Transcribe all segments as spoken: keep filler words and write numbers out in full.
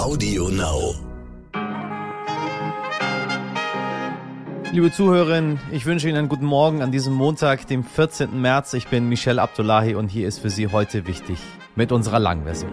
Audio Now. Liebe Zuhörerinnen, ich wünsche Ihnen einen guten Morgen an diesem Montag, dem vierzehnten März. Ich bin Michel Abdullahi und hier ist für Sie heute wichtig mit unserer Langversion.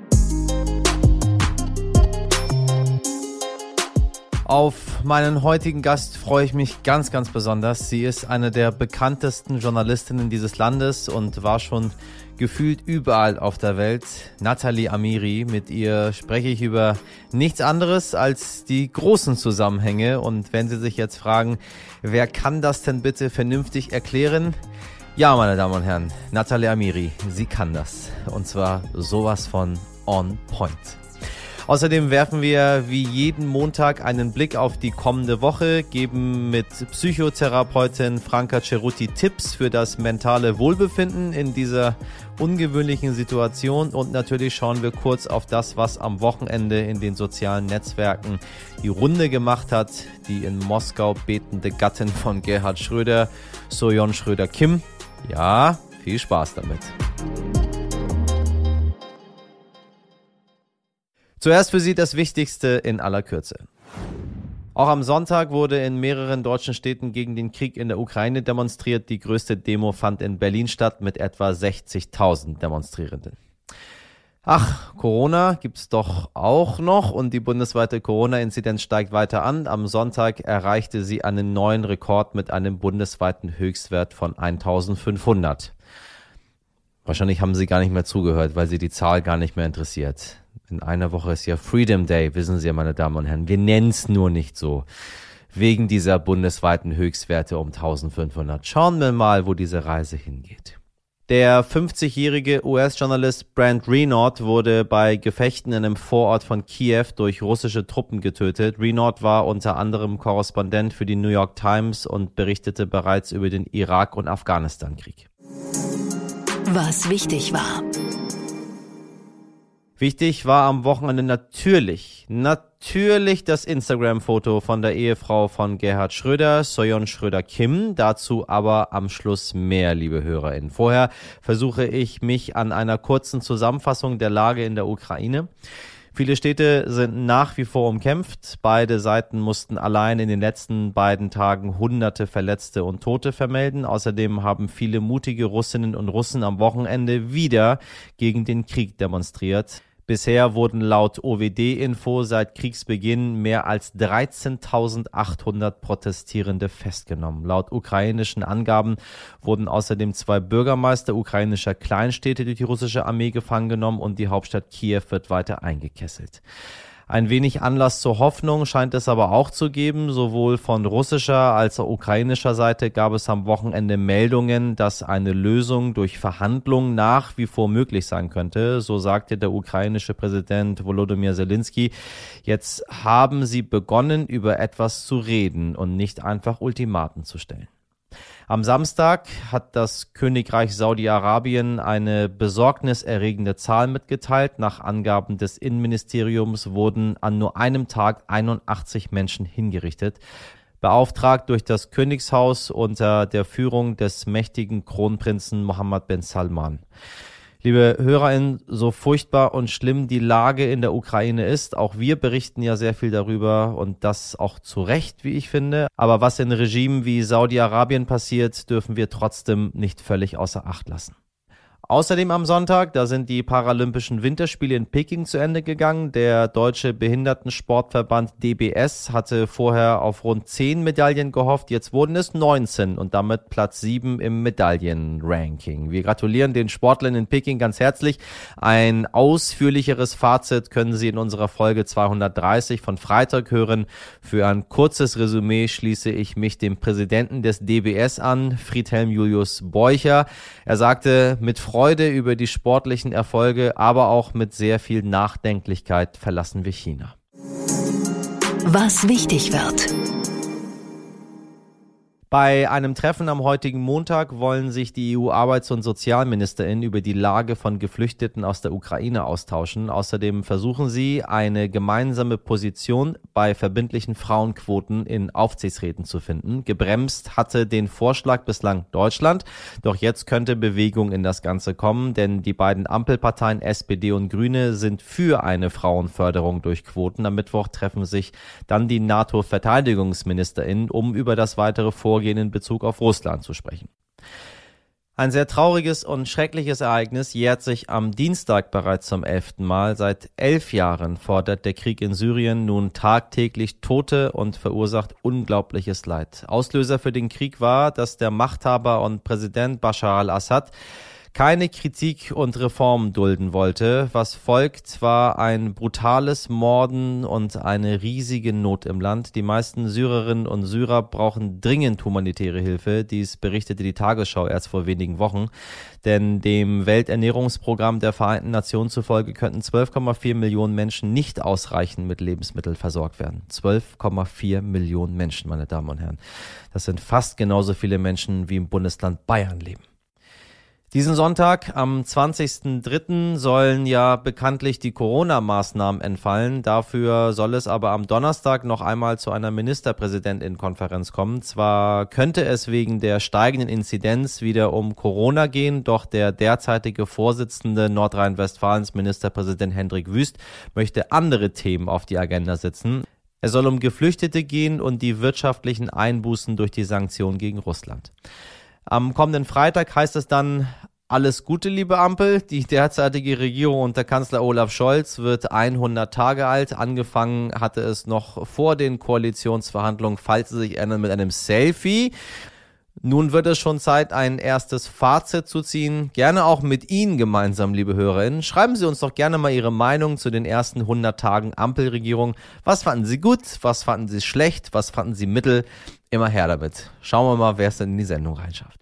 Auf meinen heutigen Gast freue ich mich ganz, ganz besonders. Sie ist eine der bekanntesten Journalistinnen dieses Landes und war schon gefühlt überall auf der Welt. Nathalie Amiri, mit ihr spreche ich über nichts anderes als die großen Zusammenhänge. Und wenn Sie sich jetzt fragen, wer kann das denn bitte vernünftig erklären? Ja, meine Damen und Herren, Nathalie Amiri, sie kann das. Und zwar sowas von on point. Außerdem werfen wir wie jeden Montag einen Blick auf die kommende Woche, geben mit Psychotherapeutin Franca Cerutti Tipps für das mentale Wohlbefinden in dieser ungewöhnlichen Situation und natürlich schauen wir kurz auf das, was am Wochenende in den sozialen Netzwerken die Runde gemacht hat. Die in Moskau betende Gattin von Gerhard Schröder, Soyon Schröder-Kim. Ja, viel Spaß damit. Zuerst für Sie das Wichtigste in aller Kürze. Auch am Sonntag wurde in mehreren deutschen Städten gegen den Krieg in der Ukraine demonstriert. Die größte Demo fand in Berlin statt mit etwa sechzigtausend Demonstrierenden. Ach, Corona gibt's doch auch noch und die bundesweite Corona-Inzidenz steigt weiter an. Am Sonntag erreichte sie einen neuen Rekord mit einem bundesweiten Höchstwert von eintausendfünfhundert. Wahrscheinlich haben Sie gar nicht mehr zugehört, weil Sie die Zahl gar nicht mehr interessiert. In einer Woche ist ja Freedom Day, wissen Sie ja, meine Damen und Herren. Wir nennen es nur nicht so. Wegen dieser bundesweiten Höchstwerte um eintausendfünfhundert. Schauen wir mal, wo diese Reise hingeht. Der fünfzigjährige U S-Journalist Brent Renaud wurde bei Gefechten in einem Vorort von Kiew durch russische Truppen getötet. Renaud war unter anderem Korrespondent für die New York Times und berichtete bereits über den Irak- und Afghanistan-Krieg. Was wichtig war. Wichtig war am Wochenende natürlich, natürlich das Instagram-Foto von der Ehefrau von Gerhard Schröder, Soyon Schröder-Kim. Dazu aber am Schluss mehr, liebe HörerInnen. Vorher versuche ich mich an einer kurzen Zusammenfassung der Lage in der Ukraine. Viele Städte sind nach wie vor umkämpft. Beide Seiten mussten allein in den letzten beiden Tagen hunderte Verletzte und Tote vermelden. Außerdem haben viele mutige Russinnen und Russen am Wochenende wieder gegen den Krieg demonstriert. Bisher wurden laut O W D-Info seit Kriegsbeginn mehr als dreizehntausendachthundert Protestierende festgenommen. Laut ukrainischen Angaben wurden außerdem zwei Bürgermeister ukrainischer Kleinstädte durch die russische Armee gefangen genommen und die Hauptstadt Kiew wird weiter eingekesselt. Ein wenig Anlass zur Hoffnung scheint es aber auch zu geben. Sowohl von russischer als auch ukrainischer Seite gab es am Wochenende Meldungen, dass eine Lösung durch Verhandlungen nach wie vor möglich sein könnte. So sagte der ukrainische Präsident Volodymyr Zelensky. Jetzt haben sie begonnen, über etwas zu reden und nicht einfach Ultimaten zu stellen. Am Samstag hat das Königreich Saudi-Arabien eine besorgniserregende Zahl mitgeteilt. Nach Angaben des Innenministeriums wurden an nur einem Tag einundachtzig Menschen hingerichtet. Beauftragt durch das Königshaus unter der Führung des mächtigen Kronprinzen Mohammed bin Salman. Liebe HörerInnen, so furchtbar und schlimm die Lage in der Ukraine ist, auch wir berichten ja sehr viel darüber und das auch zu Recht, wie ich finde. Aber was in Regimen wie Saudi-Arabien passiert, dürfen wir trotzdem nicht völlig außer Acht lassen. Außerdem am Sonntag, da sind die Paralympischen Winterspiele in Peking zu Ende gegangen. Der Deutsche Behindertensportverband D B S hatte vorher auf rund zehn Medaillen gehofft. Jetzt wurden es neunzehn und damit Platz sieben im Medaillenranking. Wir gratulieren den Sportlern in Peking ganz herzlich. Ein ausführlicheres Fazit können Sie in unserer Folge zweihundertdreißig von Freitag hören. Für ein kurzes Resümee schließe ich mich dem Präsidenten des D B S an, Friedhelm Julius Beucher. Er sagte, mit Freude über die sportlichen Erfolge, aber auch mit sehr viel Nachdenklichkeit verlassen wir China. Was wichtig wird. Bei einem Treffen am heutigen Montag wollen sich die E U-Arbeits- und SozialministerInnen über die Lage von Geflüchteten aus der Ukraine austauschen. Außerdem versuchen sie, eine gemeinsame Position bei verbindlichen Frauenquoten in Aufsichtsräten zu finden. Gebremst hatte den Vorschlag bislang Deutschland, doch jetzt könnte Bewegung in das Ganze kommen, denn die beiden Ampelparteien S P D und Grüne sind für eine Frauenförderung durch Quoten. Am Mittwoch treffen sich dann die NATO-VerteidigungsministerInnen, um über das weitere Vorgehen in Bezug auf Russland zu sprechen. Ein sehr trauriges und schreckliches Ereignis jährt sich am Dienstag bereits zum elften Mal. Seit elf Jahren fordert der Krieg in Syrien nun tagtäglich Tote und verursacht unglaubliches Leid. Auslöser für den Krieg war, dass der Machthaber und Präsident Bashar al-Assad keine Kritik und Reformen dulden wollte. Was folgt, war ein brutales Morden und eine riesige Not im Land. Die meisten Syrerinnen und Syrer brauchen dringend humanitäre Hilfe. Dies berichtete die Tagesschau erst vor wenigen Wochen. Denn dem Welternährungsprogramm der Vereinten Nationen zufolge könnten zwölf Komma vier Millionen Menschen nicht ausreichend mit Lebensmitteln versorgt werden. zwölf Komma vier Millionen Menschen, meine Damen und Herren. Das sind fast genauso viele Menschen, wie im Bundesland Bayern leben. Diesen Sonntag, am zwanzigsten dritten sollen ja bekanntlich die Corona-Maßnahmen entfallen. Dafür soll es aber am Donnerstag noch einmal zu einer Ministerpräsidentin-Konferenz kommen. Zwar könnte es wegen der steigenden Inzidenz wieder um Corona gehen, doch der derzeitige Vorsitzende Nordrhein-Westfalens, Ministerpräsident Hendrik Wüst, möchte andere Themen auf die Agenda setzen. Es soll um Geflüchtete gehen und die wirtschaftlichen Einbußen durch die Sanktionen gegen Russland. Am kommenden Freitag heißt es dann: Alles Gute, liebe Ampel. Die derzeitige Regierung unter Kanzler Olaf Scholz wird hundert Tage alt. Angefangen hatte es noch vor den Koalitionsverhandlungen, falls Sie sich erinnern, mit einem Selfie. Nun wird es schon Zeit, ein erstes Fazit zu ziehen. Gerne auch mit Ihnen gemeinsam, liebe HörerInnen. Schreiben Sie uns doch gerne mal Ihre Meinung zu den ersten hundert Tagen Ampelregierung. Was fanden Sie gut? Was fanden Sie schlecht? Was fanden Sie mittel? Immer her damit. Schauen wir mal, wer es denn in die Sendung reinschafft.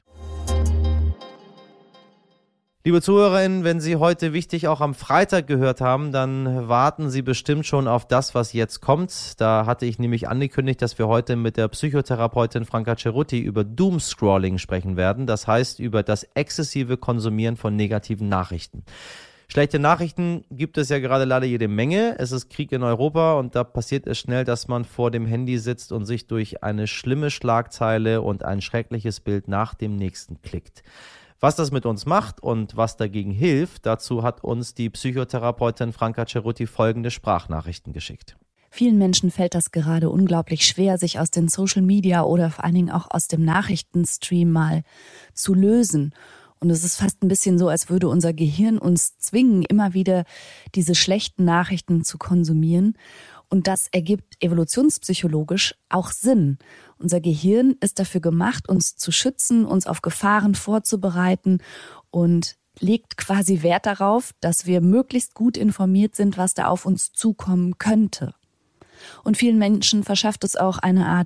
Liebe ZuhörerInnen, wenn Sie heute wichtig auch am Freitag gehört haben, dann warten Sie bestimmt schon auf das, was jetzt kommt. Da hatte ich nämlich angekündigt, dass wir heute mit der Psychotherapeutin Franca Cerutti über Doomscrolling sprechen werden. Das heißt, über das exzessive Konsumieren von negativen Nachrichten. Schlechte Nachrichten gibt es ja gerade leider jede Menge. Es ist Krieg in Europa und da passiert es schnell, dass man vor dem Handy sitzt und sich durch eine schlimme Schlagzeile und ein schreckliches Bild nach dem nächsten klickt. Was das mit uns macht und was dagegen hilft, dazu hat uns die Psychotherapeutin Franca Cerutti folgende Sprachnachrichten geschickt. Vielen Menschen fällt das gerade unglaublich schwer, sich aus den Social Media oder vor allen Dingen auch aus dem Nachrichtenstream mal zu lösen. Und es ist fast ein bisschen so, als würde unser Gehirn uns zwingen, immer wieder diese schlechten Nachrichten zu konsumieren. Und das ergibt evolutionspsychologisch auch Sinn. Unser Gehirn ist dafür gemacht, uns zu schützen, uns auf Gefahren vorzubereiten und legt quasi Wert darauf, dass wir möglichst gut informiert sind, was da auf uns zukommen könnte. Und vielen Menschen verschafft es auch eine Art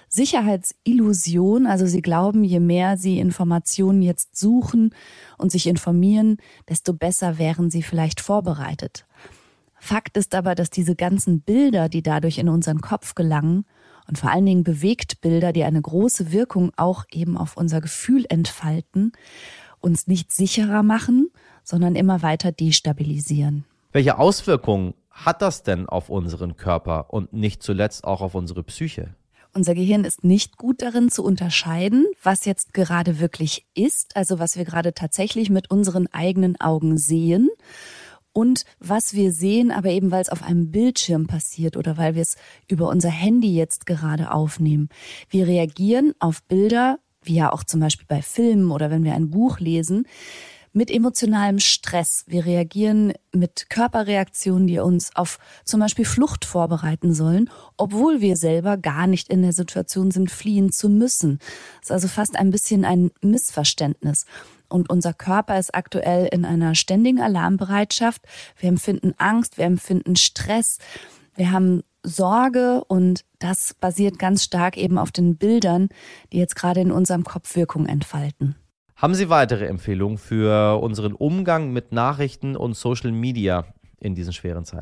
Sicherheitsillusion. Also sie glauben, je mehr sie Informationen jetzt suchen und sich informieren, desto besser wären sie vielleicht vorbereitet. Fakt ist aber, dass diese ganzen Bilder, die dadurch in unseren Kopf gelangen und vor allen Dingen Bewegtbilder, die eine große Wirkung auch eben auf unser Gefühl entfalten, uns nicht sicherer machen, sondern immer weiter destabilisieren. Welche Auswirkungen hat das denn auf unseren Körper und nicht zuletzt auch auf unsere Psyche? Unser Gehirn ist nicht gut darin zu unterscheiden, was jetzt gerade wirklich ist, also was wir gerade tatsächlich mit unseren eigenen Augen sehen. Und was wir sehen, aber eben weil es auf einem Bildschirm passiert oder weil wir es über unser Handy jetzt gerade aufnehmen. Wir reagieren auf Bilder, wie ja auch zum Beispiel bei Filmen oder wenn wir ein Buch lesen, mit emotionalem Stress. Wir reagieren mit Körperreaktionen, die uns auf zum Beispiel Flucht vorbereiten sollen, obwohl wir selber gar nicht in der Situation sind, fliehen zu müssen. Das ist also fast ein bisschen ein Missverständnis. Und unser Körper ist aktuell in einer ständigen Alarmbereitschaft. Wir empfinden Angst, wir empfinden Stress, wir haben Sorge und das basiert ganz stark eben auf den Bildern, die jetzt gerade in unserem Kopf Wirkung entfalten. Haben Sie weitere Empfehlungen für unseren Umgang mit Nachrichten und Social Media in diesen schweren Zeiten?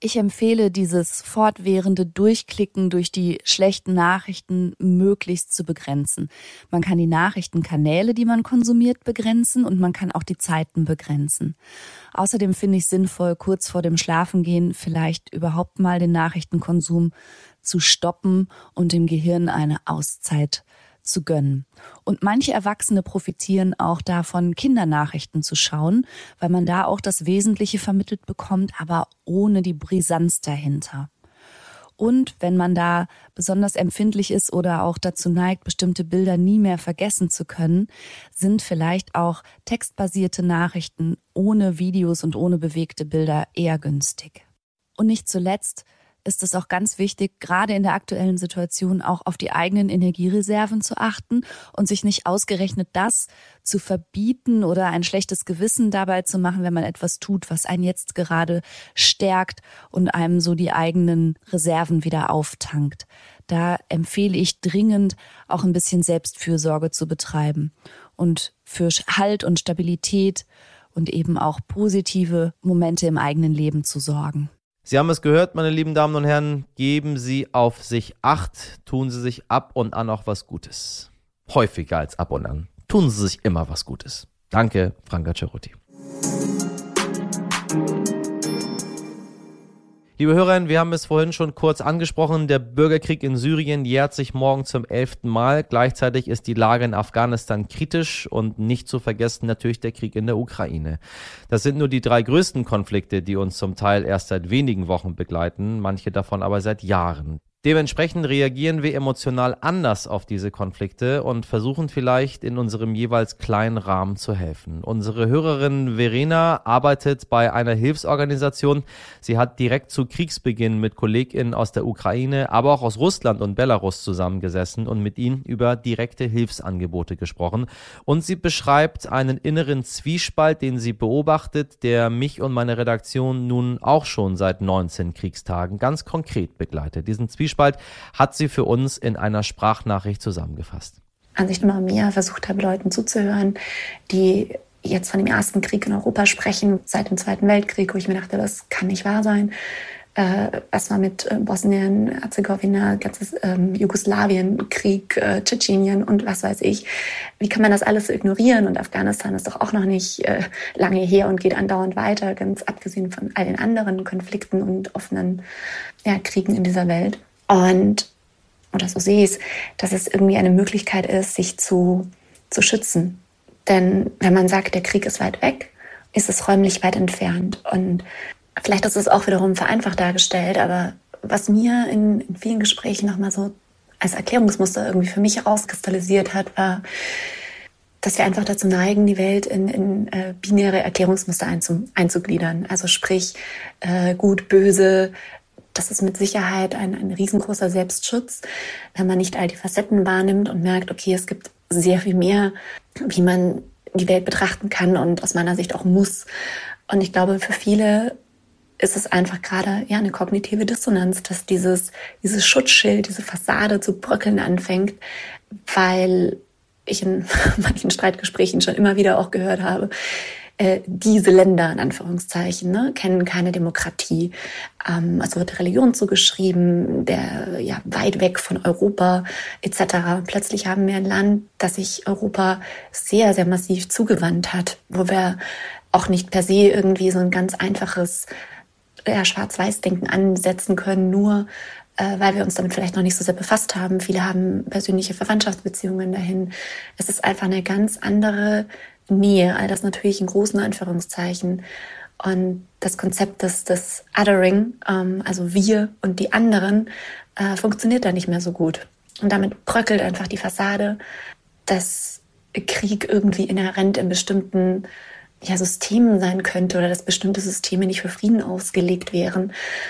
Ich empfehle dieses fortwährende Durchklicken durch die schlechten Nachrichten möglichst zu begrenzen. Man kann die Nachrichtenkanäle, die man konsumiert, begrenzen und man kann auch die Zeiten begrenzen. Außerdem finde ich sinnvoll, kurz vor dem Schlafengehen vielleicht überhaupt mal den Nachrichtenkonsum zu stoppen und dem Gehirn eine Auszeit zu gönnen. Und manche Erwachsene profitieren auch davon, Kindernachrichten zu schauen, weil man da auch das Wesentliche vermittelt bekommt, aber ohne die Brisanz dahinter. Und wenn man da besonders empfindlich ist oder auch dazu neigt, bestimmte Bilder nie mehr vergessen zu können, sind vielleicht auch textbasierte Nachrichten ohne Videos und ohne bewegte Bilder eher günstig. Und nicht zuletzt ist es auch ganz wichtig, gerade in der aktuellen Situation auch auf die eigenen Energiereserven zu achten und sich nicht ausgerechnet das zu verbieten oder ein schlechtes Gewissen dabei zu machen, wenn man etwas tut, was einen jetzt gerade stärkt und einem so die eigenen Reserven wieder auftankt. Da empfehle ich dringend, auch ein bisschen Selbstfürsorge zu betreiben und für Halt und Stabilität und eben auch positive Momente im eigenen Leben zu sorgen. Sie haben es gehört, meine lieben Damen und Herren, geben Sie auf sich Acht, tun Sie sich ab und an auch was Gutes. Häufiger als ab und an. Tun Sie sich immer was Gutes. Danke, Franka Cerutti. Liebe Hörerinnen, wir haben es vorhin schon kurz angesprochen, der Bürgerkrieg in Syrien jährt sich morgen zum elften Mal. Gleichzeitig ist die Lage in Afghanistan kritisch und nicht zu vergessen natürlich der Krieg in der Ukraine. Das sind nur die drei größten Konflikte, die uns zum Teil erst seit wenigen Wochen begleiten, manche davon aber seit Jahren. Dementsprechend reagieren wir emotional anders auf diese Konflikte und versuchen vielleicht in unserem jeweils kleinen Rahmen zu helfen. Unsere Hörerin Verena arbeitet bei einer Hilfsorganisation. Sie hat direkt zu Kriegsbeginn mit KollegInnen aus der Ukraine, aber auch aus Russland und Belarus zusammengesessen und mit ihnen über direkte Hilfsangebote gesprochen. Und sie beschreibt einen inneren Zwiespalt, den sie beobachtet, der mich und meine Redaktion nun auch schon seit neunzehn Kriegstagen ganz konkret begleitet. Diesen Zwiespalt hat sie für uns in einer Sprachnachricht zusammengefasst. Als ich immer mehr versucht habe, Leuten zuzuhören, die jetzt von dem ersten Krieg in Europa sprechen, seit dem Zweiten Weltkrieg, wo ich mir dachte, das kann nicht wahr sein. Äh, was war mit äh, Bosnien, Herzegowina, ganzes ähm, Jugoslawien-Krieg, äh, Tschetschenien und was weiß ich. Wie kann man das alles so ignorieren? Und Afghanistan ist doch auch noch nicht äh, lange her und geht andauernd weiter, ganz abgesehen von all den anderen Konflikten und offenen ja, Kriegen in dieser Welt. Und, oder so sehe ich es, dass es irgendwie eine Möglichkeit ist, sich zu, zu schützen. Denn wenn man sagt, der Krieg ist weit weg, ist es räumlich weit entfernt. Und vielleicht ist es auch wiederum vereinfacht dargestellt, aber was mir in, in vielen Gesprächen nochmal so als Erklärungsmuster irgendwie für mich herauskristallisiert hat, war, dass wir einfach dazu neigen, die Welt in, in äh, binäre Erklärungsmuster einzu, einzugliedern. Also sprich, äh, gut, böse. Das ist mit Sicherheit ein, ein riesengroßer Selbstschutz, wenn man nicht all die Facetten wahrnimmt und merkt, okay, es gibt sehr viel mehr, wie man die Welt betrachten kann und aus meiner Sicht auch muss. Und ich glaube, für viele ist es einfach gerade ja eine kognitive Dissonanz, dass dieses, dieses Schutzschild, diese Fassade zu bröckeln anfängt, weil ich in manchen Streitgesprächen schon immer wieder auch gehört habe, äh, diese Länder, in Anführungszeichen, ne, kennen keine Demokratie. Ähm, es wird Religion zugeschrieben, der ja weit weg von Europa et cetera. Plötzlich haben wir ein Land, das sich Europa sehr, sehr massiv zugewandt hat, wo wir auch nicht per se irgendwie so ein ganz einfaches ja, Schwarz-Weiß-Denken ansetzen können, nur äh, weil wir uns damit vielleicht noch nicht so sehr befasst haben. Viele haben persönliche Verwandtschaftsbeziehungen dahin. Es ist einfach eine ganz andere Nähe, all das natürlich in großen Anführungszeichen. Und das Konzept des, des Othering, ähm, also wir und die anderen, äh, funktioniert da nicht mehr so gut. Und damit bröckelt einfach die Fassade, dass Krieg irgendwie inhärent in bestimmten ja, Systemen sein könnte oder dass bestimmte Systeme nicht für Frieden ausgelegt wären.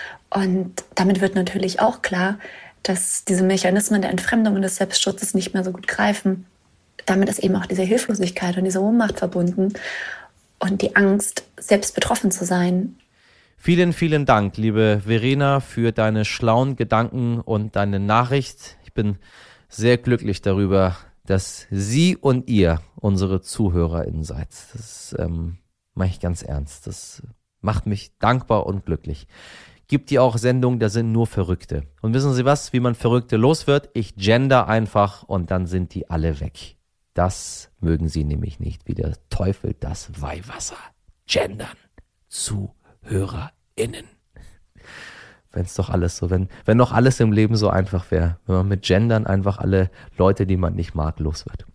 Und damit wird natürlich auch klar, dass diese Mechanismen der Entfremdung und des Selbstschutzes nicht mehr so gut greifen. Damit ist eben auch diese Hilflosigkeit und diese Ohnmacht verbunden und die Angst, selbst betroffen zu sein. Vielen, vielen Dank, liebe Verena, für deine schlauen Gedanken und deine Nachricht. Ich bin sehr glücklich darüber, dass Sie und ihr unsere ZuhörerInnen seid. Das ähm, mache ich ganz ernst. Das macht mich dankbar und glücklich. gibt ja auch Sendungen, da sind nur Verrückte. Und wissen Sie was, wie man Verrückte los wird? Ich gender einfach und dann sind die alle weg. Das mögen Sie nämlich nicht, wie der Teufel das Weihwasser. Gendern. ZuhörerInnen. Wenn es doch alles so, wenn, wenn doch alles im Leben so einfach wäre, wenn man mit Gendern einfach alle Leute, die man nicht mag, los wird.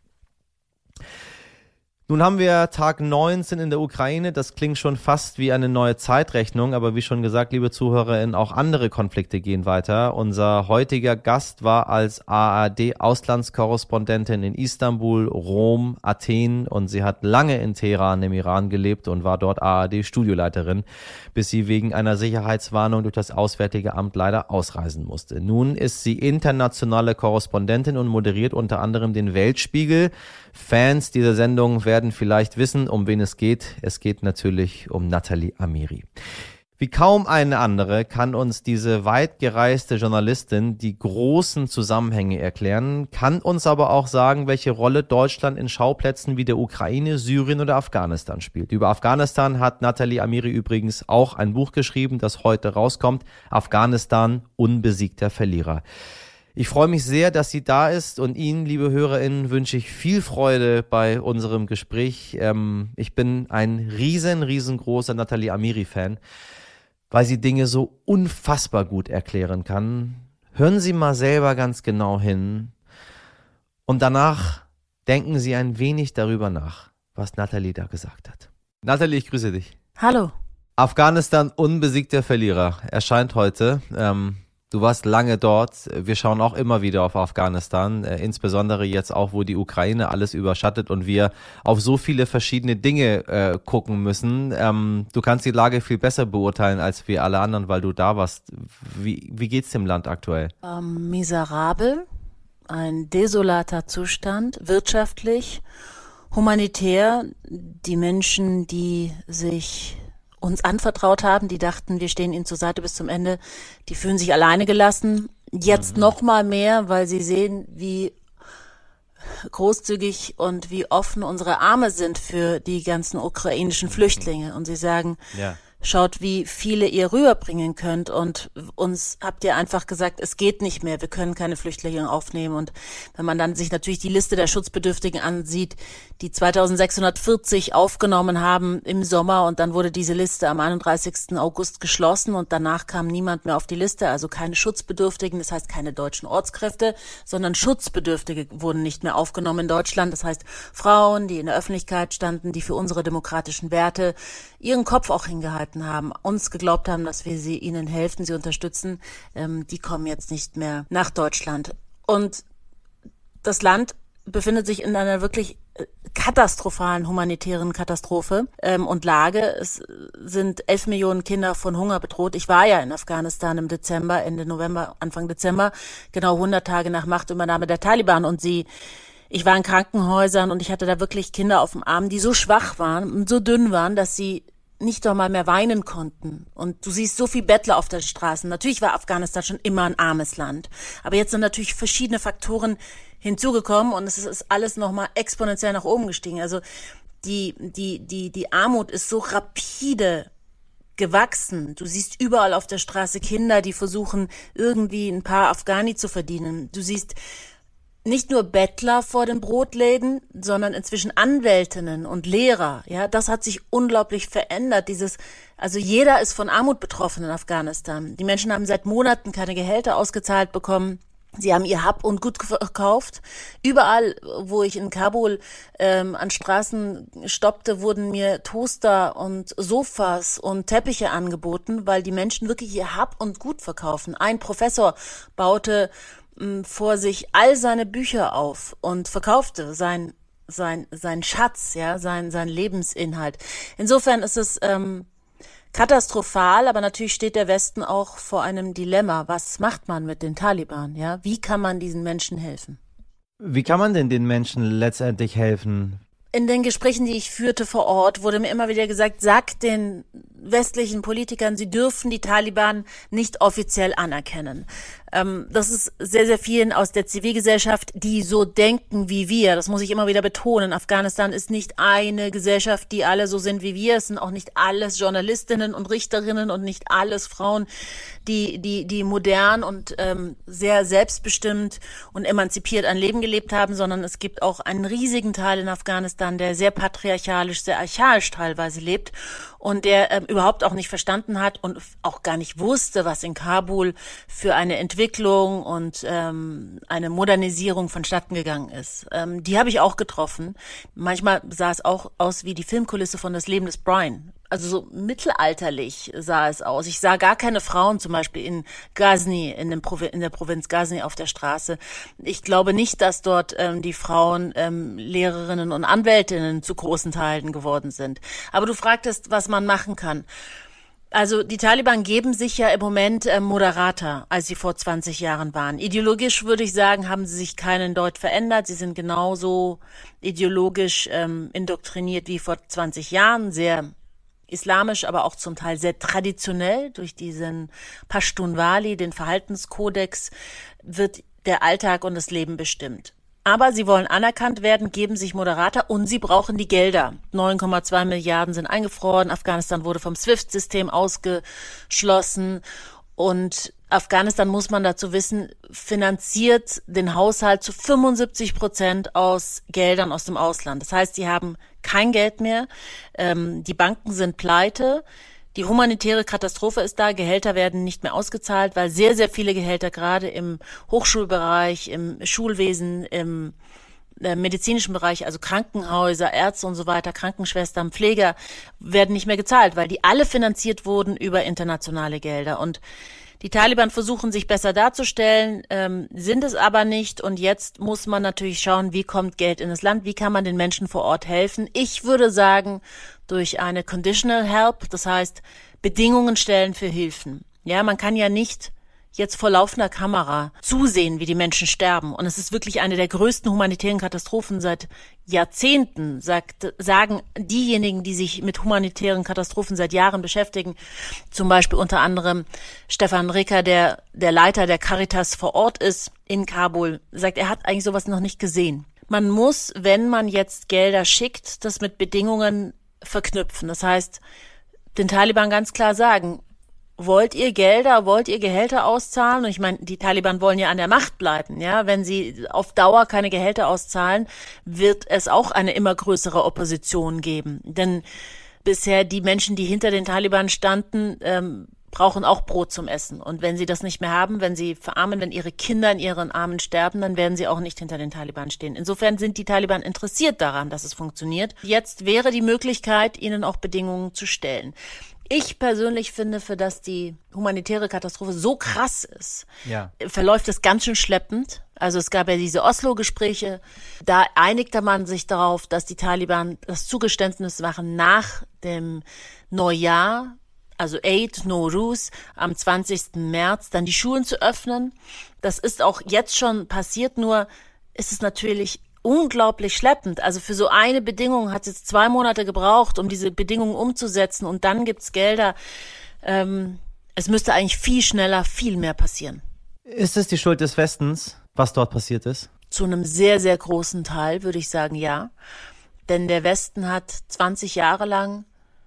Nun haben wir Tag neunzehn in der Ukraine, das klingt schon fast wie eine neue Zeitrechnung, aber wie schon gesagt, liebe ZuhörerInnen, auch andere Konflikte gehen weiter. Unser heutiger Gast war als A R D-Auslandskorrespondentin in Istanbul, Rom, Athen und sie hat lange in Teheran im Iran gelebt und war dort A R D-Studioleiterin, bis sie wegen einer Sicherheitswarnung durch das Auswärtige Amt leider ausreisen musste. Nun ist sie internationale Korrespondentin und moderiert unter anderem den Weltspiegel. Fans dieser Sendung werden vielleicht wissen, um wen es geht. Es geht natürlich um Nathalie Amiri. Wie kaum eine andere kann uns diese weit gereiste Journalistin die großen Zusammenhänge erklären, kann uns aber auch sagen, welche Rolle Deutschland in Schauplätzen wie der Ukraine, Syrien oder Afghanistan spielt. Über Afghanistan hat Nathalie Amiri übrigens auch ein Buch geschrieben, das heute rauskommt. Afghanistan, unbesiegter Verlierer. Ich freue mich sehr, dass sie da ist und Ihnen, liebe HörerInnen, wünsche ich viel Freude bei unserem Gespräch. Ähm, ich bin ein riesen, riesengroßer Nathalie Amiri-Fan, weil sie Dinge so unfassbar gut erklären kann. Hören Sie mal selber ganz genau hin und danach denken Sie ein wenig darüber nach, was Nathalie da gesagt hat. Nathalie, ich grüße dich. Hallo. Afghanistan, unbesiegter Verlierer, erscheint heute. Ähm, Du warst lange dort. Wir schauen auch immer wieder auf Afghanistan, äh, insbesondere jetzt auch, wo die Ukraine alles überschattet und wir auf so viele verschiedene Dinge äh, gucken müssen. Ähm, du kannst die Lage viel besser beurteilen als wir alle anderen, weil du da warst. Wie, wie geht's dem Land aktuell? Ähm, miserabel, ein desolater Zustand, wirtschaftlich, humanitär. Die Menschen, die sich uns anvertraut haben, die dachten, wir stehen ihnen zur Seite bis zum Ende, die fühlen sich alleine gelassen. Jetzt mhm. noch mal mehr, weil sie sehen, wie großzügig und wie offen unsere Arme sind für die ganzen ukrainischen Flüchtlinge. Und sie sagen, ja. Schaut, wie viele ihr rüberbringen könnt und uns habt ihr einfach gesagt, es geht nicht mehr, wir können keine Flüchtlinge aufnehmen. Und wenn man dann sich natürlich die Liste der Schutzbedürftigen ansieht, die zweitausendsechshundertvierzig aufgenommen haben im Sommer und dann wurde diese Liste am einunddreißigsten August geschlossen und danach kam niemand mehr auf die Liste, also keine Schutzbedürftigen, das heißt keine deutschen Ortskräfte, sondern Schutzbedürftige wurden nicht mehr aufgenommen in Deutschland, das heißt Frauen, die in der Öffentlichkeit standen, die für unsere demokratischen Werte ihren Kopf auch hingehalten haben, uns geglaubt haben, dass wir sie ihnen helfen, sie unterstützen, ähm, die kommen jetzt nicht mehr nach Deutschland. Und das Land befindet sich in einer wirklich katastrophalen humanitären Katastrophe ähm, und Lage. Es sind elf Millionen Kinder von Hunger bedroht. Ich war ja in Afghanistan im Dezember, Ende November, Anfang Dezember, genau hundert Tage nach Machtübernahme der Taliban und sie Ich war in Krankenhäusern und ich hatte da wirklich Kinder auf dem Arm, die so schwach waren und so dünn waren, dass sie nicht einmal mehr weinen konnten. Und du siehst so viel Bettler auf den Straßen. Natürlich war Afghanistan schon immer ein armes Land. Aber jetzt sind natürlich verschiedene Faktoren hinzugekommen und es ist alles nochmal exponentiell nach oben gestiegen. Also die, die, die, die Armut ist so rapide gewachsen. Du siehst überall auf der Straße Kinder, die versuchen, irgendwie ein paar Afghani zu verdienen. Du siehst nicht nur Bettler vor den Brotläden, sondern inzwischen Anwältinnen und Lehrer. Ja, das hat sich unglaublich verändert. Dieses, also jeder ist von Armut betroffen in Afghanistan. Die Menschen haben seit Monaten keine Gehälter ausgezahlt bekommen. Sie haben ihr Hab und Gut gekauft. Überall, wo ich in Kabul ähm, an Straßen stoppte, wurden mir Toaster und Sofas und Teppiche angeboten, weil die Menschen wirklich ihr Hab und Gut verkaufen. Ein Professor baute vor sich all seine Bücher auf und verkaufte sein sein sein Schatz, ja, sein sein Lebensinhalt. Insofern ist es ähm, katastrophal, aber natürlich steht der Westen auch vor einem Dilemma. Was macht man mit den Taliban? Ja, wie kann man diesen Menschen helfen? Wie kann man denn den Menschen letztendlich helfen? In den Gesprächen, die ich führte vor Ort, wurde mir immer wieder gesagt, sagt den westlichen Politikern, sie dürfen die Taliban nicht offiziell anerkennen. Ähm, das ist sehr, sehr vielen aus der Zivilgesellschaft, die so denken wie wir. Das muss ich immer wieder betonen. Afghanistan ist nicht eine Gesellschaft, die alle so sind wie wir. Es sind auch nicht alles Journalistinnen und Richterinnen und nicht alles Frauen, die die die modern und ähm, sehr selbstbestimmt und emanzipiert ein Leben gelebt haben, sondern es gibt auch einen riesigen Teil in Afghanistan, der sehr patriarchalisch, sehr archaisch teilweise lebt und der ähm, überhaupt auch nicht verstanden hat und auch gar nicht wusste, was in Kabul für eine Entwicklung und ähm, eine Modernisierung vonstatten gegangen ist. Ähm, die habe ich auch getroffen. Manchmal sah es auch aus wie die Filmkulisse von Das Leben des Brian. Also so mittelalterlich sah es aus. Ich sah gar keine Frauen zum Beispiel in Ghazni, in, dem Provi- in der Provinz Ghazni auf der Straße. Ich glaube nicht, dass dort ähm, die Frauen ähm, Lehrerinnen und Anwältinnen zu großen Teilen geworden sind. Aber du fragtest, was man machen kann. Also die Taliban geben sich ja im Moment äh, moderater, als sie vor zwanzig Jahren waren. Ideologisch würde ich sagen, haben sie sich keinen Deut verändert. Sie sind genauso ideologisch ähm, indoktriniert wie vor zwanzig Jahren, sehr islamisch, aber auch zum Teil sehr traditionell. Durch diesen Pashtunwali, den Verhaltenskodex, wird der Alltag und das Leben bestimmt. Aber sie wollen anerkannt werden, geben sich moderater und sie brauchen die Gelder. neun Komma zwei Milliarden sind eingefroren. Afghanistan wurde vom SWIFT-System ausgeschlossen. Und Afghanistan, muss man dazu wissen, finanziert den Haushalt zu fünfundsiebzig Prozent aus Geldern aus dem Ausland. Das heißt, sie haben kein Geld mehr. Ähm, die Banken sind pleite. Die humanitäre Katastrophe ist da. Gehälter werden nicht mehr ausgezahlt, weil sehr, sehr viele Gehälter gerade im Hochschulbereich, im Schulwesen, im äh, medizinischen Bereich, also Krankenhäuser, Ärzte und so weiter, Krankenschwestern, Pfleger, werden nicht mehr gezahlt, weil die alle finanziert wurden über internationale Gelder. Und die Taliban versuchen, sich besser darzustellen, ähm, sind es aber nicht. Und jetzt muss man natürlich schauen, wie kommt Geld in das Land, wie kann man den Menschen vor Ort helfen. Ich würde sagen, durch eine Conditional Help, das heißt Bedingungen stellen für Hilfen. Ja, man kann ja nicht jetzt vor laufender Kamera zusehen, wie die Menschen sterben. Und es ist wirklich eine der größten humanitären Katastrophen seit Jahrzehnten, sagt, sagen diejenigen, die sich mit humanitären Katastrophen seit Jahren beschäftigen. Zum Beispiel unter anderem Stefan Ricker, der der Leiter der Caritas vor Ort ist in Kabul, sagt, er hat eigentlich sowas noch nicht gesehen. Man muss, wenn man jetzt Gelder schickt, das mit Bedingungen verknüpfen. Das heißt, den Taliban ganz klar sagen, wollt ihr Gelder, wollt ihr Gehälter auszahlen? Und ich meine, die Taliban wollen ja an der Macht bleiben, ja. Wenn sie auf Dauer keine Gehälter auszahlen, wird es auch eine immer größere Opposition geben. Denn bisher die Menschen, die hinter den Taliban standen, ähm, brauchen auch Brot zum Essen. Und wenn sie das nicht mehr haben, wenn sie verarmen, wenn ihre Kinder in ihren Armen sterben, dann werden sie auch nicht hinter den Taliban stehen. Insofern sind die Taliban interessiert daran, dass es funktioniert. Jetzt wäre die Möglichkeit, ihnen auch Bedingungen zu stellen. Ich persönlich finde, für das die humanitäre Katastrophe so krass ist, ja, verläuft es ganz schön schleppend. Also es gab ja diese Oslo-Gespräche, da einigte man sich darauf, dass die Taliban das Zugeständnis machen nach dem Neujahr, also Eid Nowruz, am zwanzigsten März, dann die Schulen zu öffnen. Das ist auch jetzt schon passiert, nur ist es natürlich unglaublich schleppend. Also für so eine Bedingung hat es jetzt zwei Monate gebraucht, um diese Bedingungen umzusetzen und dann gibt's Gelder. Ähm, es müsste eigentlich viel schneller, viel mehr passieren. Ist es die Schuld des Westens, was dort passiert ist? Zu einem sehr, sehr großen Teil würde ich sagen, ja. Denn der Westen hat zwanzig Jahre lang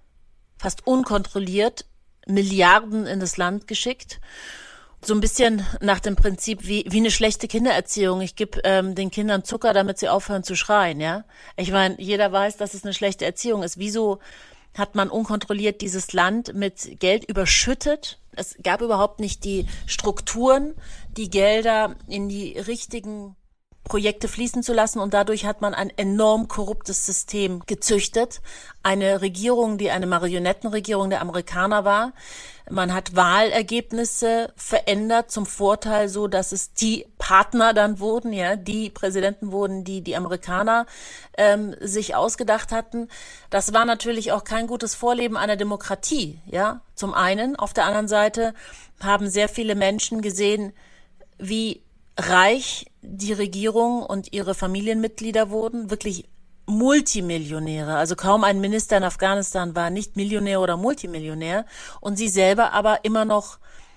fast unkontrolliert Milliarden in das Land geschickt. So ein bisschen nach dem Prinzip wie wie eine schlechte Kindererziehung. Ich gebe ähm, den Kindern Zucker, damit sie aufhören zu schreien, ja. Ich meine, jeder weiß, dass es eine schlechte Erziehung ist. Wieso hat man unkontrolliert dieses Land mit Geld überschüttet? Es gab überhaupt nicht die Strukturen, die Gelder in die richtigen Projekte fließen zu lassen und dadurch hat man ein enorm korruptes System gezüchtet. Eine Regierung, die eine Marionettenregierung der Amerikaner war. Man hat Wahlergebnisse verändert zum Vorteil, so dass es die Partner dann wurden, ja, die Präsidenten wurden, die die Amerikaner ähm, sich ausgedacht hatten. Das war natürlich auch kein gutes Vorleben einer Demokratie, ja. Zum einen, auf der anderen Seite haben sehr viele Menschen gesehen, wie reich die Regierung und ihre Familienmitglieder wurden, wirklich Multimillionäre. Also kaum ein Minister in Afghanistan war nicht Millionär oder Multimillionär und sie selber aber immer noch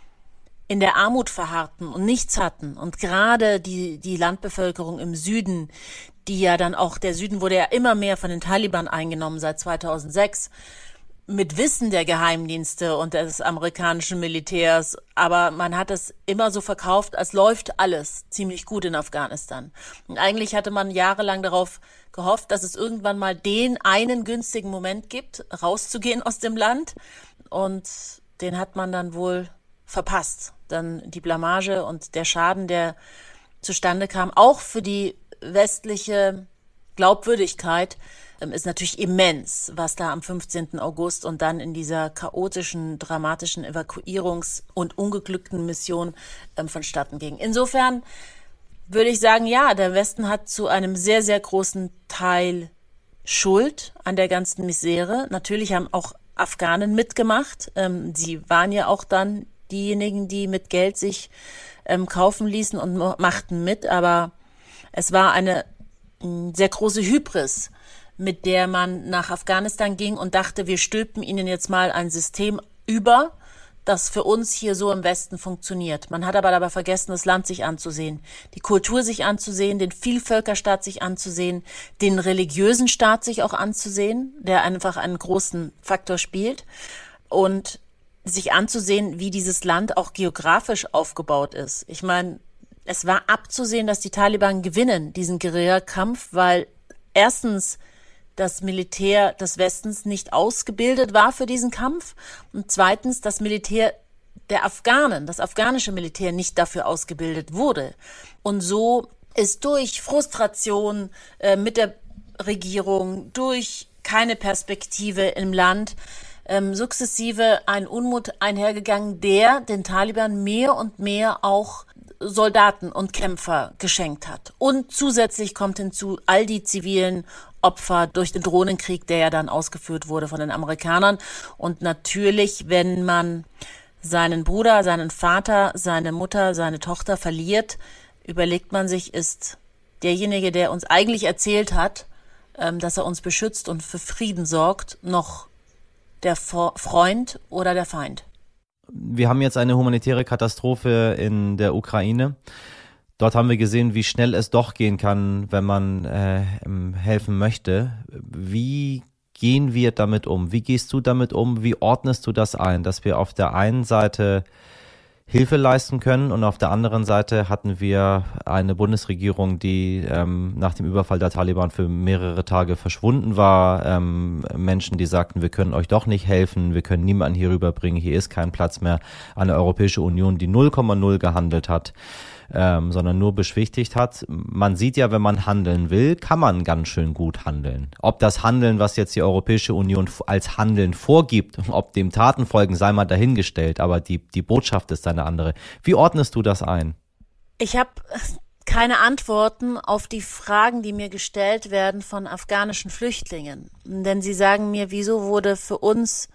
in der Armut verharrten und nichts hatten. Und gerade die, die Landbevölkerung im Süden, die ja dann auch, der Süden wurde ja immer mehr von den Taliban eingenommen seit zweitausendsechs, mit Wissen der Geheimdienste und des amerikanischen Militärs. Aber man hat es immer so verkauft, als läuft alles ziemlich gut in Afghanistan. Und eigentlich hatte man jahrelang darauf gehofft, dass es irgendwann mal den einen günstigen Moment gibt, rauszugehen aus dem Land. Und den hat man dann wohl verpasst. Dann die Blamage und der Schaden, der zustande kam, auch für die westliche Glaubwürdigkeit, ist natürlich immens, was da am fünfzehnten August und dann in dieser chaotischen, dramatischen Evakuierungs- und ungeglückten Mission ähm, vonstatten ging. Insofern würde ich sagen, ja, der Westen hat zu einem sehr, sehr großen Teil Schuld an der ganzen Misere. Natürlich haben auch Afghanen mitgemacht. Ähm, sie waren ja auch dann diejenigen, die mit Geld sich ähm, kaufen ließen und machten mit. Aber es war eine mh, sehr große Hybris, mit der man nach Afghanistan ging und dachte, wir stülpen ihnen jetzt mal ein System über, das für uns hier so im Westen funktioniert. Man hat aber dabei vergessen, das Land sich anzusehen, die Kultur sich anzusehen, den Vielvölkerstaat sich anzusehen, den religiösen Staat sich auch anzusehen, der einfach einen großen Faktor spielt, und sich anzusehen, wie dieses Land auch geografisch aufgebaut ist. Ich meine, es war abzusehen, dass die Taliban gewinnen, diesen Guerillakampf, weil erstens das Militär des Westens nicht ausgebildet war für diesen Kampf und zweitens das Militär der Afghanen, das afghanische Militär nicht dafür ausgebildet wurde. Und so ist durch Frustration äh, mit der Regierung, durch keine Perspektive im Land, ähm, sukzessive ein Unmut einhergegangen, der den Taliban mehr und mehr auch Soldaten und Kämpfer geschenkt hat. Und zusätzlich kommt hinzu all die zivilen Opfer durch den Drohnenkrieg, der ja dann ausgeführt wurde von den Amerikanern. Und natürlich, wenn man seinen Bruder, seinen Vater, seine Mutter, seine Tochter verliert, überlegt man sich, ist derjenige, der uns eigentlich erzählt hat, dass er uns beschützt und für Frieden sorgt, noch der Freund oder der Feind? Wir haben jetzt eine humanitäre Katastrophe in der Ukraine. Dort haben wir gesehen, wie schnell es doch gehen kann, wenn man äh, helfen möchte. Wie gehen wir damit um? Wie gehst du damit um? Wie ordnest du das ein, dass wir auf der einen Seite Hilfe leisten können und auf der anderen Seite hatten wir eine Bundesregierung, die ähm, nach dem Überfall der Taliban für mehrere Tage verschwunden war. Ähm, Menschen, die sagten, wir können euch doch nicht helfen, wir können niemanden hier rüberbringen, hier ist kein Platz mehr. Eine Europäische Union, die null Komma null gehandelt hat. Ähm, sondern nur beschwichtigt hat. Man sieht ja, wenn man handeln will, kann man ganz schön gut handeln. Ob das Handeln, was jetzt die Europäische Union als Handeln vorgibt, ob dem Taten folgen, sei mal dahingestellt, aber die, die Botschaft ist eine andere. Wie ordnest du das ein? Ich habe keine Antworten auf die Fragen, die mir gestellt werden von afghanischen Flüchtlingen. Denn sie sagen mir, wieso wurde für uns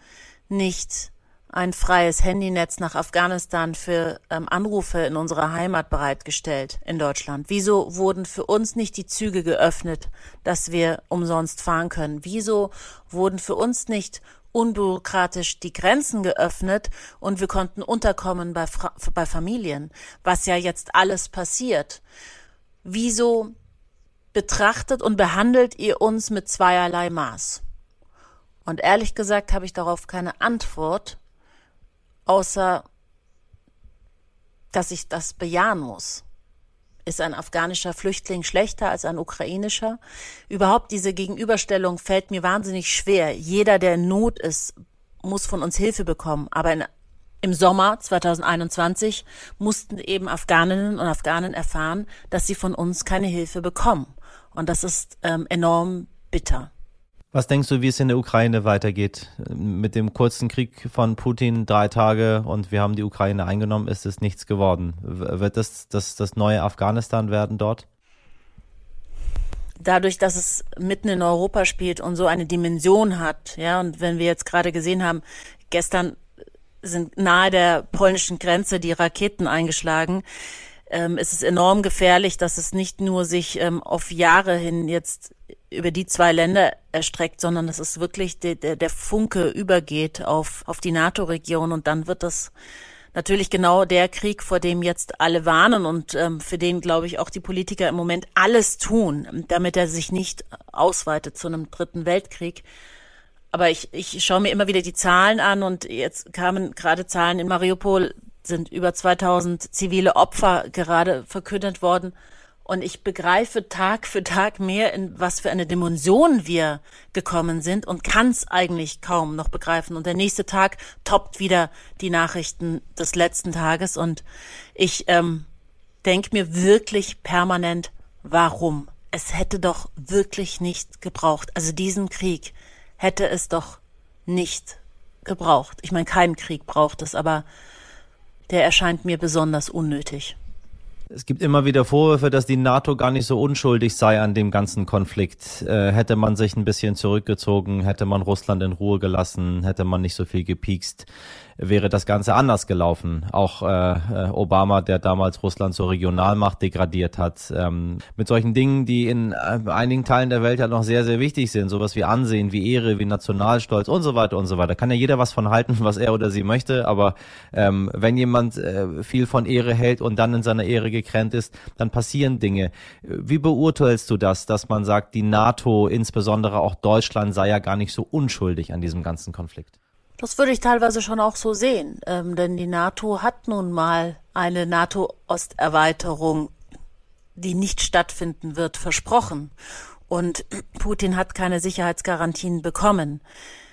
nicht ein freies Handynetz nach Afghanistan für ähm, Anrufe in unserer Heimat bereitgestellt in Deutschland? Wieso wurden für uns nicht die Züge geöffnet, dass wir umsonst fahren können? Wieso wurden für uns nicht unbürokratisch die Grenzen geöffnet und wir konnten unterkommen bei, Fra- bei Familien, was ja jetzt alles passiert? Wieso betrachtet und behandelt ihr uns mit zweierlei Maß? Und ehrlich gesagt habe ich darauf keine Antwort, außer dass ich das bejahen muss. Ist ein afghanischer Flüchtling schlechter als ein ukrainischer? Überhaupt diese Gegenüberstellung fällt mir wahnsinnig schwer. Jeder, der in Not ist, muss von uns Hilfe bekommen. Aber in, im Sommer zweitausendeinundzwanzig mussten eben Afghaninnen und Afghanen erfahren, dass sie von uns keine Hilfe bekommen. Und das ist ähm, enorm bitter. Was denkst du, wie es in der Ukraine weitergeht? Mit dem kurzen Krieg von Putin, drei Tage und wir haben die Ukraine eingenommen, ist es nichts geworden. Wird das das, das neue Afghanistan werden dort? Dadurch, dass es mitten in Europa spielt und so eine Dimension hat, ja, und wenn wir jetzt gerade gesehen haben, gestern sind nahe der polnischen Grenze die Raketen eingeschlagen, ähm, ist es enorm gefährlich, dass es nicht nur sich ähm, auf Jahre hin jetzt über die zwei Länder erstreckt, sondern dass es wirklich der, der, der Funke übergeht auf, auf die NATO-Region und dann wird das natürlich genau der Krieg, vor dem jetzt alle warnen und ähm, für den, glaube ich, auch die Politiker im Moment alles tun, damit er sich nicht ausweitet zu einem dritten Weltkrieg. Aber ich, ich schaue mir immer wieder die Zahlen an und jetzt kamen gerade Zahlen in Mariupol, sind über zweitausend zivile Opfer gerade verkündet worden. Und ich begreife Tag für Tag mehr, in was für eine Dimension wir gekommen sind und kann es eigentlich kaum noch begreifen. Und der nächste Tag toppt wieder die Nachrichten des letzten Tages. Und ich ähm, denke mir wirklich permanent, warum? Es hätte doch wirklich nicht gebraucht. Also diesen Krieg hätte es doch nicht gebraucht. Ich meine, kein Krieg braucht es, aber der erscheint mir besonders unnötig. Es gibt immer wieder Vorwürfe, dass die NATO gar nicht so unschuldig sei an dem ganzen Konflikt. Äh, hätte man sich ein bisschen zurückgezogen, hätte man Russland in Ruhe gelassen, hätte man nicht so viel gepiekst, wäre das Ganze anders gelaufen. Auch äh, Obama, der damals Russland zur Regionalmacht degradiert hat, ähm, mit solchen Dingen, die in äh, einigen Teilen der Welt ja noch sehr, sehr wichtig sind, sowas wie Ansehen, wie Ehre, wie Nationalstolz und so weiter und so weiter. Kann ja jeder was von halten, was er oder sie möchte, aber ähm, wenn jemand äh, viel von Ehre hält und dann in seiner Ehre gekränkt ist, dann passieren Dinge. Wie beurteilst du das, dass man sagt, die NATO, insbesondere auch Deutschland, sei ja gar nicht so unschuldig an diesem ganzen Konflikt? Das würde ich teilweise schon auch so sehen, ähm, denn die NATO hat nun mal eine NATO-Osterweiterung, die nicht stattfinden wird, versprochen. Und Putin hat keine Sicherheitsgarantien bekommen.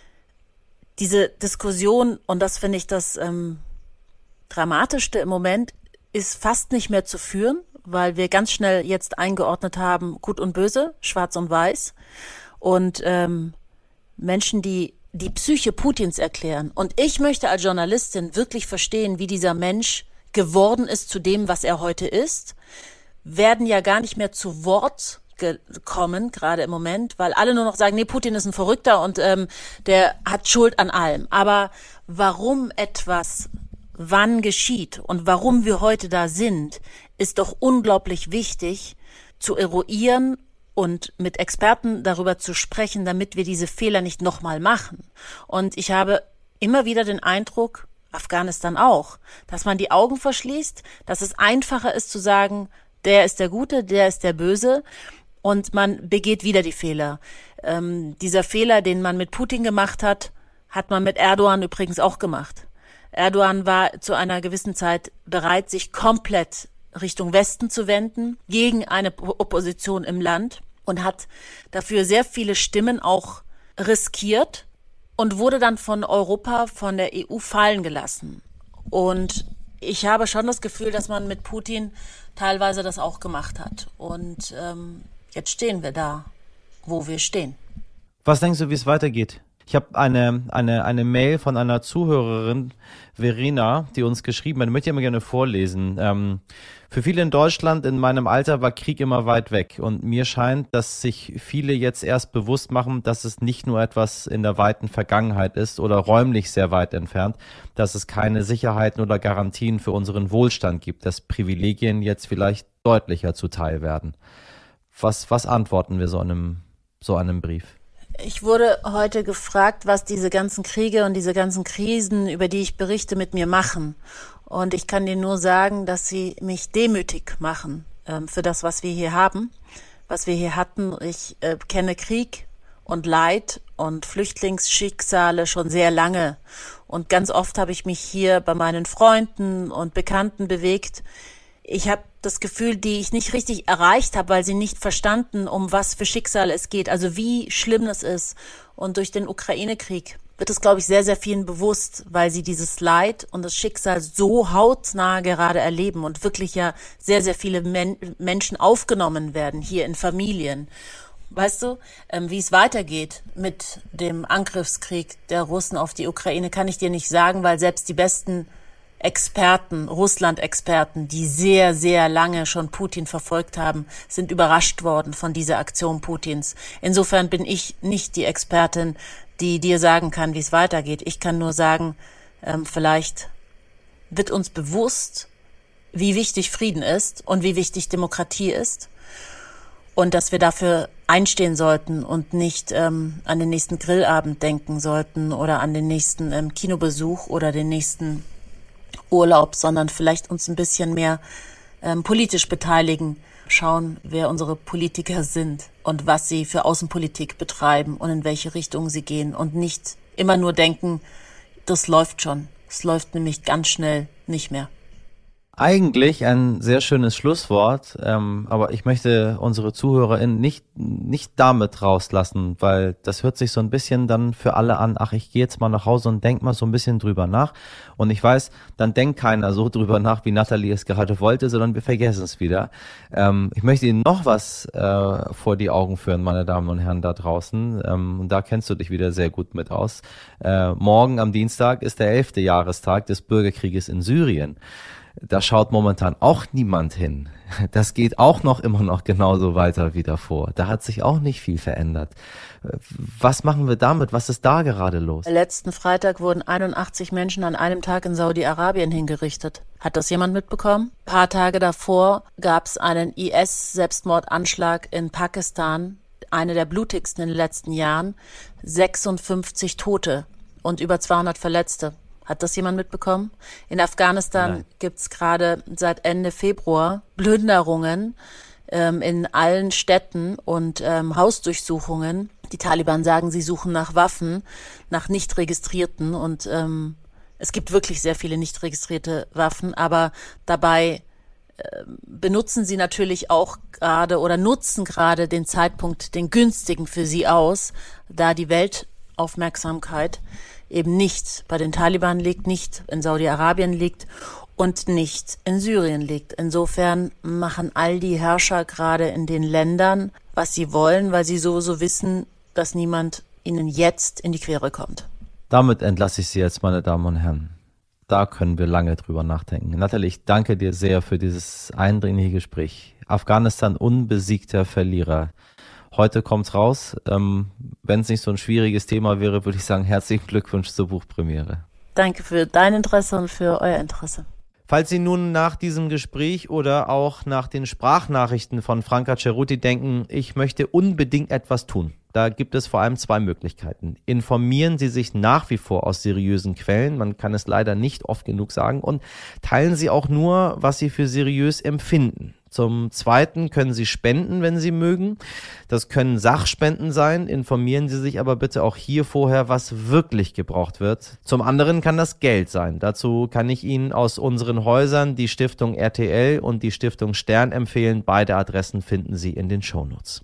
Diese Diskussion, und das finde ich das ähm, Dramatischste im Moment, ist fast nicht mehr zu führen, weil wir ganz schnell jetzt eingeordnet haben, gut und böse, schwarz und weiß. Und ähm, Menschen, die die Psyche Putins erklären. Und ich möchte als Journalistin wirklich verstehen, wie dieser Mensch geworden ist zu dem, was er heute ist, werden ja gar nicht mehr zu Wort kommen, gerade im Moment, weil alle nur noch sagen, nee, Putin ist ein Verrückter und ähm, der hat Schuld an allem. Aber warum etwas wann geschieht und warum wir heute da sind, ist doch unglaublich wichtig zu eruieren und mit Experten darüber zu sprechen, damit wir diese Fehler nicht nochmal machen. Und ich habe immer wieder den Eindruck, Afghanistan auch, dass man die Augen verschließt, dass es einfacher ist zu sagen, der ist der Gute, der ist der Böse und man begeht wieder die Fehler. Ähm, dieser Fehler, den man mit Putin gemacht hat, hat man mit Erdogan übrigens auch gemacht. Erdogan war zu einer gewissen Zeit bereit, sich komplett Richtung Westen zu wenden, gegen eine Opposition im Land und hat dafür sehr viele Stimmen auch riskiert und wurde dann von Europa, von der E U fallen gelassen. Und ich habe schon das Gefühl, dass man mit Putin teilweise das auch gemacht hat. Und ähm, jetzt stehen wir da, wo wir stehen. Was denkst du, wie es weitergeht? Ich habe eine, eine, eine Mail von einer Zuhörerin, Verena, die uns geschrieben hat, möchte ich immer gerne vorlesen. Ähm, für viele in Deutschland in meinem Alter war Krieg immer weit weg und mir scheint, dass sich viele jetzt erst bewusst machen, dass es nicht nur etwas in der weiten Vergangenheit ist oder räumlich sehr weit entfernt, dass es keine Sicherheiten oder Garantien für unseren Wohlstand gibt, dass Privilegien jetzt vielleicht deutlicher zuteil werden. Was, was antworten wir so einem, so einem Brief? Ich wurde heute gefragt, was diese ganzen Kriege und diese ganzen Krisen, über die ich berichte, mit mir machen. Und ich kann dir nur sagen, dass sie mich demütig machen ähm, für das, was wir hier haben, was wir hier hatten. Ich äh, kenne Krieg und Leid und Flüchtlingsschicksale schon sehr lange. Und ganz oft habe ich mich hier bei meinen Freunden und Bekannten bewegt. Ich habe das Gefühl, die ich nicht richtig erreicht habe, weil sie nicht verstanden, um was für Schicksal es geht, also wie schlimm es ist. Und durch den Ukraine-Krieg wird es, glaube ich, sehr, sehr vielen bewusst, weil sie dieses Leid und das Schicksal so hautnah gerade erleben und wirklich ja sehr, sehr viele Men- Menschen aufgenommen werden, hier in Familien. Weißt du, ähm, wie es weitergeht mit dem Angriffskrieg der Russen auf die Ukraine, kann ich dir nicht sagen, weil selbst die besten Experten, Russland-Experten, die sehr, sehr lange schon Putin verfolgt haben, sind überrascht worden von dieser Aktion Putins. Insofern bin ich nicht die Expertin, die dir sagen kann, wie es weitergeht. Ich kann nur sagen, ähm, vielleicht wird uns bewusst, wie wichtig Frieden ist und wie wichtig Demokratie ist und dass wir dafür einstehen sollten und nicht ähm, an den nächsten Grillabend denken sollten oder an den nächsten ähm, Kinobesuch oder den nächsten Urlaub, sondern vielleicht uns ein bisschen mehr ähm, politisch beteiligen, schauen, wer unsere Politiker sind und was sie für Außenpolitik betreiben und in welche Richtung sie gehen und nicht immer nur denken, das läuft schon. Es läuft nämlich ganz schnell nicht mehr. Eigentlich ein sehr schönes Schlusswort, ähm, aber ich möchte unsere ZuhörerInnen nicht, nicht damit rauslassen, weil das hört sich so ein bisschen dann für alle an, ach, ich gehe jetzt mal nach Hause und denk mal so ein bisschen drüber nach. Und ich weiß, dann denkt keiner so drüber nach, wie Nathalie es gerade wollte, sondern wir vergessen es wieder. Ähm, ich möchte Ihnen noch was äh, vor die Augen führen, meine Damen und Herren da draußen. Ähm, und da kennst du dich wieder sehr gut mit aus. Äh, morgen am Dienstag ist der elfte Jahrestag des Bürgerkrieges in Syrien. Da schaut momentan auch niemand hin. Das geht auch noch immer noch genauso weiter wie davor. Da hat sich auch nicht viel verändert. Was machen wir damit? Was ist da gerade los? Letzten Freitag wurden einundachtzig Menschen an einem Tag in Saudi-Arabien hingerichtet. Hat das jemand mitbekommen? Ein paar Tage davor gab es einen I S-Selbstmordanschlag in Pakistan, eine der blutigsten in den letzten Jahren. sechsundfünfzig Tote und über zweihundert Verletzte. Hat das jemand mitbekommen? In Afghanistan Nein. gibt's gerade seit Ende Februar Plünderungen ähm, in allen Städten und ähm, Hausdurchsuchungen. Die Taliban sagen, sie suchen nach Waffen, nach nicht registrierten und ähm, es gibt wirklich sehr viele nicht registrierte Waffen, aber dabei äh, benutzen sie natürlich auch gerade oder nutzen gerade den Zeitpunkt, den günstigen für sie aus, da die Weltaufmerksamkeit eben nicht bei den Taliban liegt, nicht in Saudi-Arabien liegt und nicht in Syrien liegt. Insofern machen all die Herrscher gerade in den Ländern, was sie wollen, weil sie sowieso wissen, dass niemand ihnen jetzt in die Quere kommt. Damit entlasse ich Sie jetzt, meine Damen und Herren. Da können wir lange drüber nachdenken. Nathalie, ich danke dir sehr für dieses eindringliche Gespräch. Afghanistan unbesiegter Verlierer. Heute kommt's raus. Ähm, wenn es nicht so ein schwieriges Thema wäre, würde ich sagen, herzlichen Glückwunsch zur Buchpremiere. Danke für dein Interesse und für euer Interesse. Falls Sie nun nach diesem Gespräch oder auch nach den Sprachnachrichten von Franca Cerutti denken, ich möchte unbedingt etwas tun, da gibt es vor allem zwei Möglichkeiten. Informieren Sie sich nach wie vor aus seriösen Quellen, man kann es leider nicht oft genug sagen, und teilen Sie auch nur, was Sie für seriös empfinden. Zum Zweiten können Sie spenden, wenn Sie mögen. Das können Sachspenden sein. Informieren Sie sich aber bitte auch hier vorher, was wirklich gebraucht wird. Zum anderen kann das Geld sein. Dazu kann ich Ihnen aus unseren Häusern die Stiftung R T L und die Stiftung Stern empfehlen. Beide Adressen finden Sie in den Shownotes.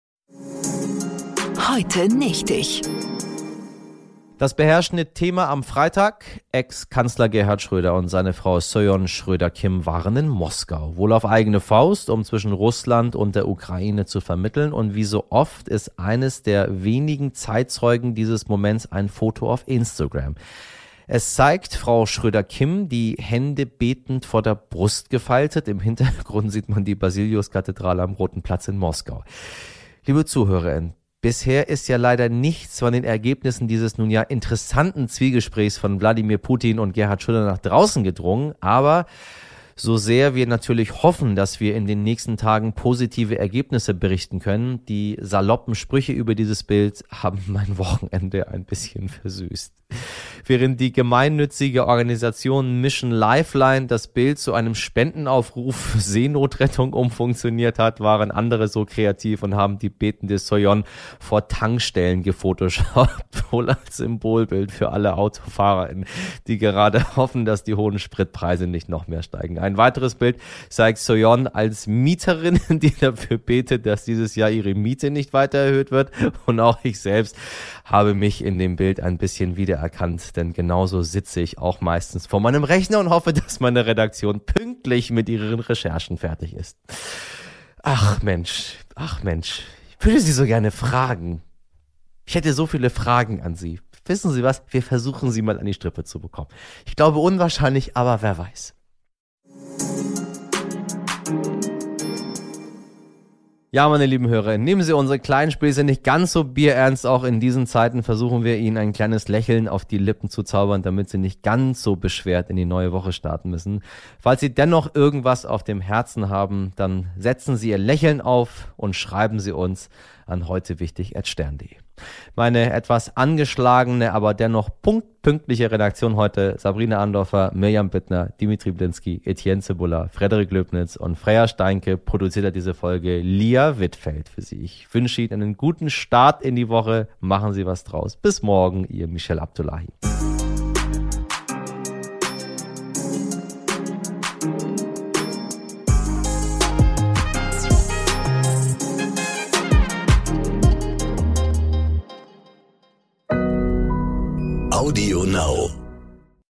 Heute nicht ich. Das beherrschende Thema am Freitag: Ex-Kanzler Gerhard Schröder und seine Frau Soyon Schröder-Kim waren in Moskau. Wohl auf eigene Faust, um zwischen Russland und der Ukraine zu vermitteln. Und wie so oft ist eines der wenigen Zeitzeugen dieses Moments ein Foto auf Instagram. Es zeigt Frau Schröder-Kim, die Hände betend vor der Brust gefaltet. Im Hintergrund sieht man die Basiliuskathedrale am Roten Platz in Moskau. Liebe ZuhörerInnen, bisher ist ja leider nichts von den Ergebnissen dieses nun ja interessanten Zwiegesprächs von Wladimir Putin und Gerhard Schröder nach draußen gedrungen, aber so sehr wir natürlich hoffen, dass wir in den nächsten Tagen positive Ergebnisse berichten können, die saloppen Sprüche über dieses Bild haben mein Wochenende ein bisschen versüßt. Während die gemeinnützige Organisation Mission Lifeline das Bild zu einem Spendenaufruf für Seenotrettung umfunktioniert hat, waren andere so kreativ und haben die betende Soyon vor Tankstellen gefotoshoppt, wohl als Symbolbild für alle AutofahrerInnen, die gerade hoffen, dass die hohen Spritpreise nicht noch mehr steigen. Ein weiteres Bild zeigt Soyon als Mieterin, die dafür betet, dass dieses Jahr ihre Miete nicht weiter erhöht wird. Und auch ich selbst habe mich in dem Bild ein bisschen wiedererkannt, denn genauso sitze ich auch meistens vor meinem Rechner und hoffe, dass meine Redaktion pünktlich mit ihren Recherchen fertig ist. Ach Mensch, ach Mensch, ich würde Sie so gerne fragen. Ich hätte so viele Fragen an Sie. Wissen Sie was? Wir versuchen Sie mal an die Strippe zu bekommen. Ich glaube unwahrscheinlich, aber wer weiß. Ja, meine lieben Hörer, nehmen Sie unsere kleinen Späße nicht ganz so bierernst. Auch in diesen Zeiten versuchen wir Ihnen ein kleines Lächeln auf die Lippen zu zaubern, damit Sie nicht ganz so beschwert in die neue Woche starten müssen. Falls Sie dennoch irgendwas auf dem Herzen haben, dann setzen Sie Ihr Lächeln auf und schreiben Sie uns an heutewichtig at stern punkt de. Meine etwas angeschlagene, aber dennoch punktpünktliche Redaktion heute: Sabrina Andorfer, Mirjam Bittner, Dimitri Blinski, Etienne Zebulla, Frederik Löbnitz und Freya Steinke. Produziert hat diese Folge Lia Wittfeld für Sie. Ich wünsche Ihnen einen guten Start in die Woche. Machen Sie was draus. Bis morgen, Ihr Michel Abdullahi. Audio Now.